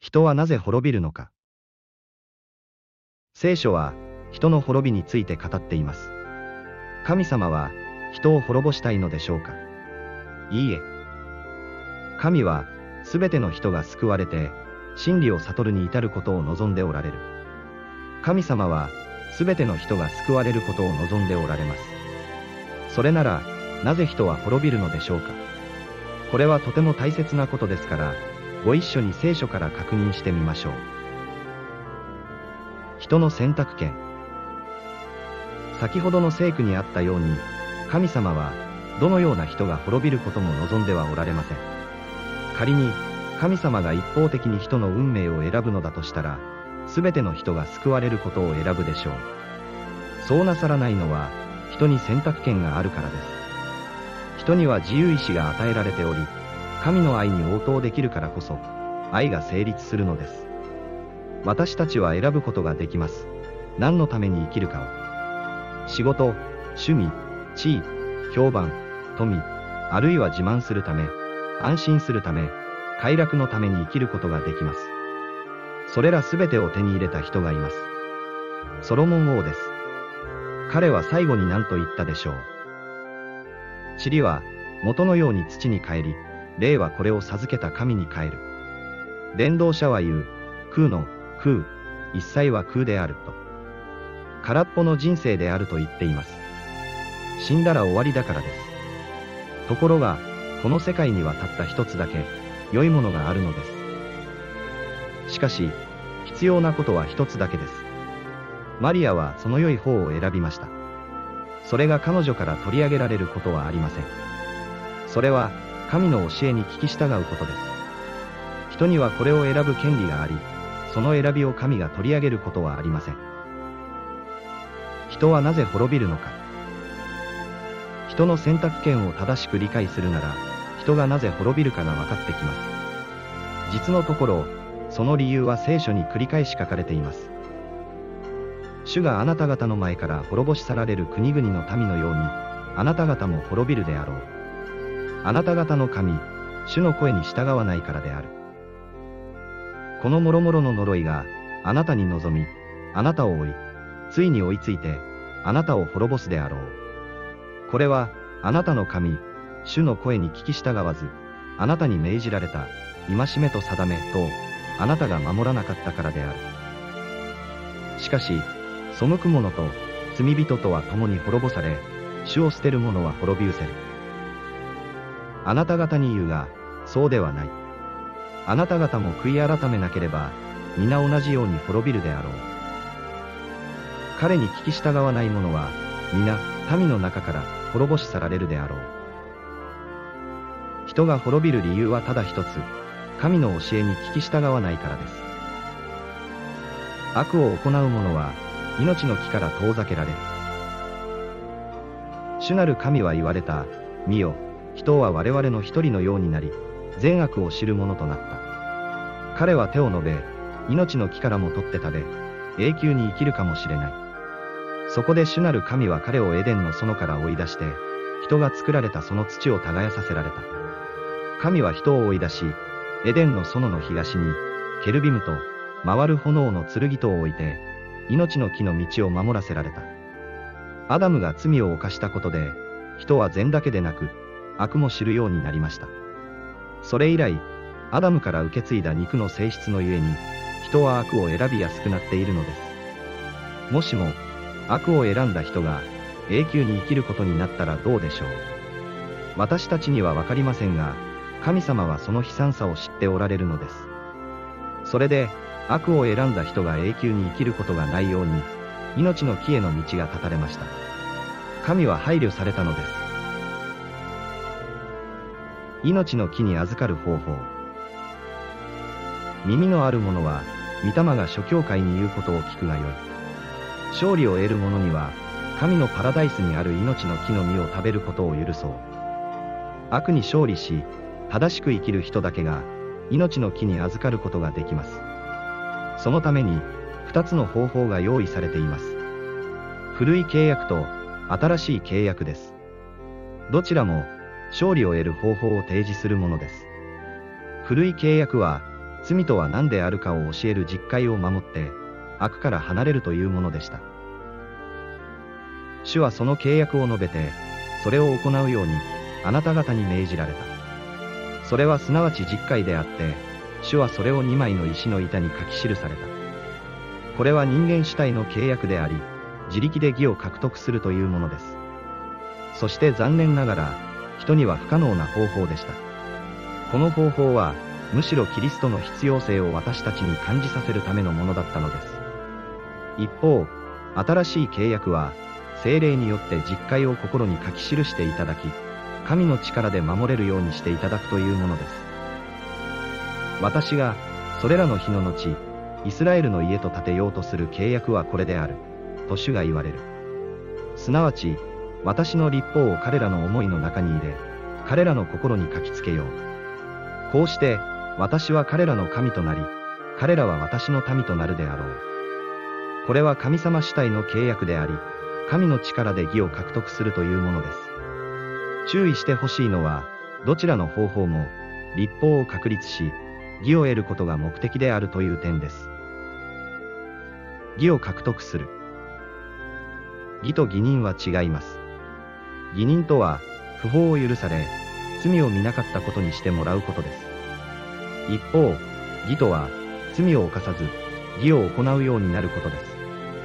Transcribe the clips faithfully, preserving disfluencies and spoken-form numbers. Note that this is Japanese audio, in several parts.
人はなぜ滅びるのか。聖書は人の滅びについて語っています。神様は人を滅ぼしたいのでしょうか。いいえ。神はすべての人が救われて真理を悟るに至ることを望んでおられる。神様はすべての人が救われることを望んでおられます。それならなぜ人は滅びるのでしょうか。これはとても大切なことですから、ご一緒に聖書から確認してみましょう。人の選択権。先ほどの聖句にあったように、神様はどのような人が滅びることも望んではおられません。仮に神様が一方的に人の運命を選ぶのだとしたら、すべての人が救われることを選ぶでしょう。そうなさらないのは、人に選択権があるからです。人には自由意志が与えられており、神の愛に応答できるからこそ、愛が成立するのです。私たちは選ぶことができます。何のために生きるかを。仕事、趣味、地位、評判、富、あるいは自慢するため、安心するため、快楽のために生きることができます。それらすべてを手に入れた人がいます。ソロモン王です。彼は最後に何と言ったでしょう。塵は元のように土に帰り、霊はこれを授けた神に帰る。伝道者は言う、空の空、一切は空であると。空っぽの人生であると言っています。死んだら終わりだからです。ところが、この世界にはたった一つだけ、良いものがあるのです。しかし、必要なことは一つだけです。マリアはその良い方を選びました。それが彼女から取り上げられることはありません。それは、神の教えに聞き従うことです。人にはこれを選ぶ権利があり、その選びを神が取り上げることはありません。人はなぜ滅びるのか。人の選択権を正しく理解するなら、人がなぜ滅びるかが分かってきます。実のところ、その理由は聖書に繰り返し書かれています。主があなた方の前から滅ぼし去られる国々の民のように、あなた方も滅びるであろう。あなた方の神、主の声に従わないからである。この諸々の呪いがあなたに望み、あなたを追い、ついに追いついて、あなたを滅ぼすであろう。これは、あなたの神、主の声に聞き従わず、あなたに命じられた、戒めと定めと、あなたが守らなかったからである。しかし、背く者と罪人とは共に滅ぼされ、主を捨てる者は滅び失せる。あなた方に言うが、そうではない。あなた方も悔い改めなければ、皆同じように滅びるであろう。彼に聞き従わない者は、皆、民の中から滅ぼし去られるであろう。人が滅びる理由はただ一つ、神の教えに聞き従わないからです。悪を行う者は、命の木から遠ざけられる。主なる神は言われた、見よ、人は我々の一人のようになり、善悪を知る者となった。彼は手を伸べ、命の木からも取って食べ、永久に生きるかもしれない。そこで主なる神は彼をエデンの園から追い出して、人が作られたその土を耕させられた。神は人を追い出し、エデンの園の東に、ケルビムと、回る炎の剣とを置いて、命の木の道を守らせられた。アダムが罪を犯したことで、人は善だけでなく、悪も知るようになりました。それ以来、アダムから受け継いだ肉の性質のゆえに、人は悪を選びやすくなっているのです。もしも、悪を選んだ人が永久に生きることになったらどうでしょう。私たちにはわかりませんが、神様はその悲惨さを知っておられるのです。それで、悪を選んだ人が永久に生きることがないように、命の木への道が断たれました。神は配慮されたのです。命の木に預かる方法。耳のある者は、御霊が諸教会に言うことを聞くがよい。勝利を得る者には、神のパラダイスにある命の木の実を食べることを許そう。悪に勝利し、正しく生きる人だけが、命の木に預かることができます。そのために、二つの方法が用意されています。古い契約と、新しい契約です。どちらも、勝利を得る方法を提示するものです。古い契約は、 罪とは何であるかを教える実戒を守って、悪から離れるというものでした。主はその契約を述べて、それを行うように、あなた方に命じられた。それはすなわち実戒であって、主はそれを二枚の石の板に書き記された。これは人間主体の契約であり、自力で義を獲得するというものです。そして残念ながら、人には不可能な方法でした。この方法は、むしろキリストの必要性を私たちに感じさせるためのものだったのです。一方、新しい契約は、聖霊によって実戒を心に書き記していただき、神の力で守れるようにしていただくというものです。私が、それらの日の後、イスラエルの家と建てようとする契約はこれである、と主が言われる。すなわち、私の律法を彼らの思いの中に入れ、彼らの心に書きつけよう。こうして、私は彼らの神となり、彼らは私の民となるであろう。これは神様主体の契約であり、神の力で義を獲得するというものです。注意してほしいのは、どちらの方法も、律法を確立し、義を得ることが目的であるという点です。義を獲得する。義と義人は違います。義人とは、不法を許され、罪を見なかったことにしてもらうことです。一方、義とは、罪を犯さず、義を行うようになることです。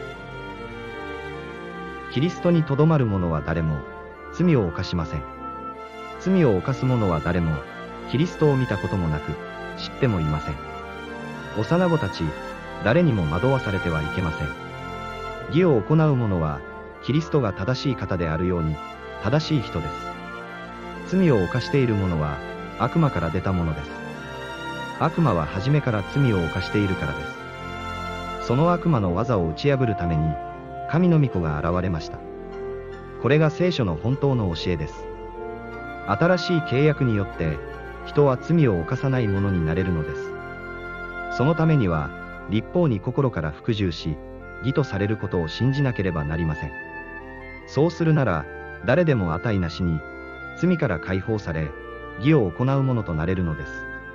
キリストにとどまる者は誰も、罪を犯しません。罪を犯す者は誰も、キリストを見たこともなく、知ってもいません。幼子たち、誰にも惑わされてはいけません。義を行う者は、キリストが正しい方であるように、正しい人です。罪を犯している者は、悪魔から出たものです。悪魔は初めから罪を犯しているからです。その悪魔の技を打ち破るために、神の御子が現れました。これが聖書の本当の教えです。新しい契約によって、人は罪を犯さないものになれるのです。そのためには、律法に心から服従し、義とされることを信じなければなりません。そうするなら、誰でも値なしに、罪から解放され、義を行うものとなれるのです。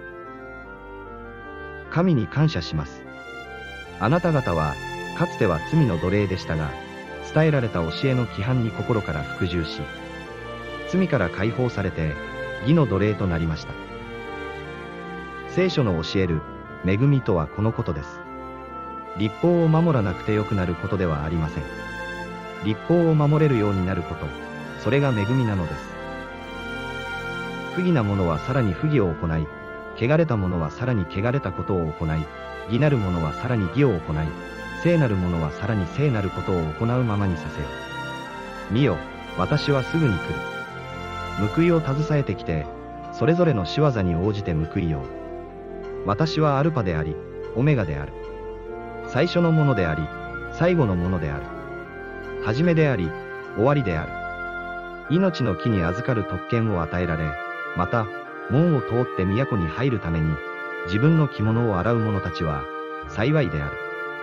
神に感謝します。あなた方は、かつては罪の奴隷でしたが、伝えられた教えの規範に心から服従し、罪から解放されて、義の奴隷となりました。聖書の教える、恵みとはこのことです。律法を守らなくてよくなることではありません。律法を守れるようになること、それが恵みなのです。不義な者はさらに不義を行い、汚れた者はさらに汚れたことを行い、義なる者はさらに義を行い、聖なる者はさらに聖なることを行うままにさせよ。見よ、私はすぐに来る。報いを携えてきて、それぞれの仕業に応じて報いよう。私はアルパであり、オメガである。最初のものであり、最後のものである。初めであり、終わりである。命の木に預かる特権を与えられ、また、門を通って都に入るために、自分の着物を洗う者たちは、幸いである。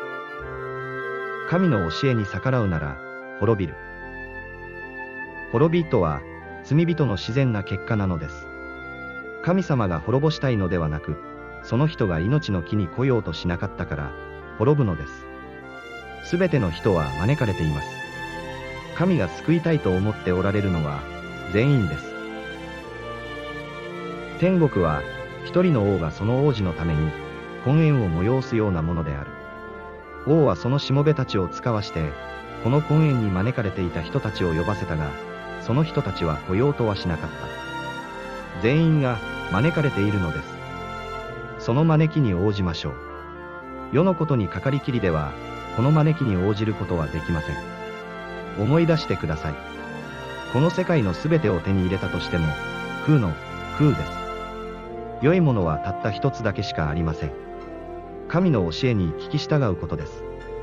神の教えに逆らうなら、滅びる。滅びとは、罪人の自然な結果なのです。神様が滅ぼしたいのではなく、その人が命の木に来ようとしなかったから、滅ぶのです。すべての人は招かれています。神が救いたいと思っておられるのは、全員です。天国は、一人の王がその王子のために、婚宴を催すようなものである。王はそのしもべたちを使わして、この婚宴に招かれていた人たちを呼ばせたが、その人たちは来ようとはしなかった。全員が招かれているのです。その招きに応じましょう。世のことにかかりきりでは、この招きに応じることはできません。思い出してください。この世界のすべてを手に入れたとしても、空の空です。良いものはたった一つだけしかありません。神の教えに聞き従うことです。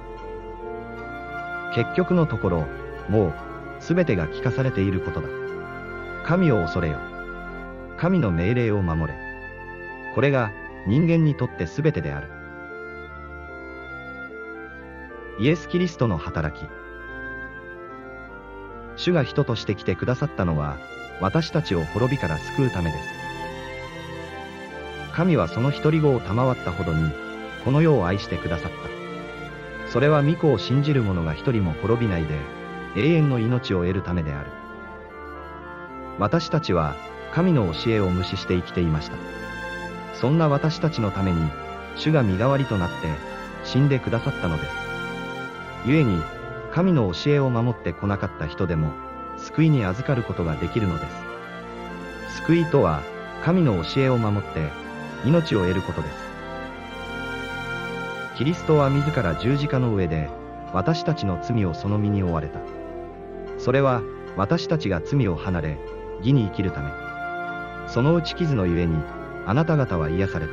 結局のところ、もう、すべてが聞かされていることだ。神を恐れよ。神の命令を守れ。これが、人間にとってすべてである。イエス・キリストの働き。主が人として来てくださったのは、私たちを滅びから救うためです。 神はその独り子を賜ったほどに、この世を愛してくださった。それは御子を信じる者が一人も滅びないで、永遠の命を得るためである。私たちは、神の教えを無視して生きていました。そんな私たちのために、主が身代わりとなって、死んでくださったのです。故に、神の教えを守ってこなかった人でも、救いに預かることができるのです。救いとは、神の教えを守って、命を得ることです。キリストは自ら十字架の上で、私たちの罪をその身に負われた。それは、私たちが罪を離れ、義に生きるため。その打ち傷のゆえに、あなた方は癒された。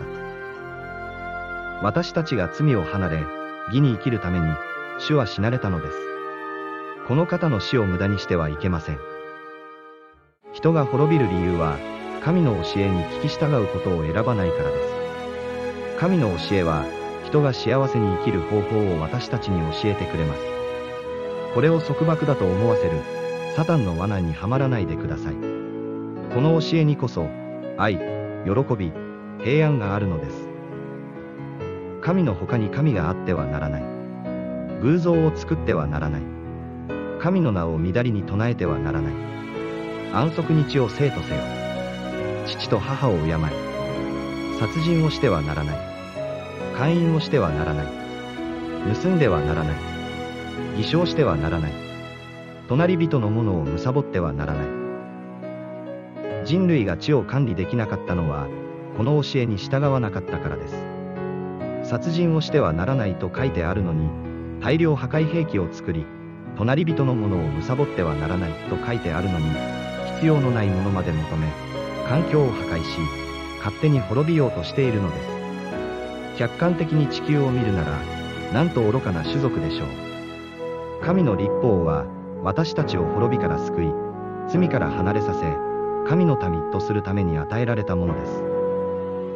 私たちが罪を離れ、義に生きるために、主は死なれたのです。この方の死を無駄にしてはいけません。人が滅びる理由は、神の教えに聞き従うことを選ばないからです。神の教えは、人が幸せに生きる方法を私たちに教えてくれます。これを束縛だと思わせる、サタンの罠にはまらないでください。この教えにこそ、愛、喜び、平安があるのです。神の他に神があってはならない。偶像を作ってはならない。神の名を乱りに唱えてはならない。安息日を聖とせよ。父と母を敬い。殺人をしてはならない。姦淫をしてはならない。盗んではならない。偽証してはならない。隣人のものを貪ってはならない。人類が地を管理できなかったのは、この教えに従わなかったからです。殺人をしてはならないと書いてあるのに、大量破壊兵器を作り、隣人のものを貪ってはならないと書いてあるのに、必要のないものまで求め、環境を破壊し、勝手に滅びようとしているのです。客観的に地球を見るなら、なんと愚かな種族でしょう。神の律法は、私たちを滅びから救い、罪から離れさせ、神の民とするために与えられたものです。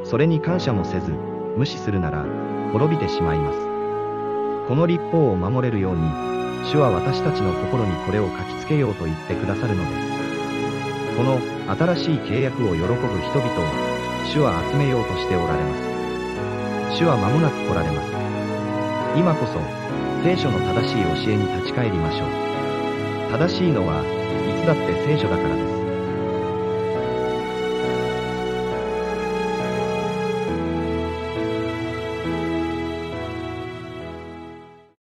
それに感謝もせず、無視するなら、滅びてしまいます。この律法を守れるように、主は私たちの心にこれを書きつけようと言ってくださるのです。この新しい契約を喜ぶ人々を、主は集めようとしておられます。主は間もなく来られます。今こそ、聖書の正しい教えに立ち返りましょう。正しいのは、いつだって聖書だからです。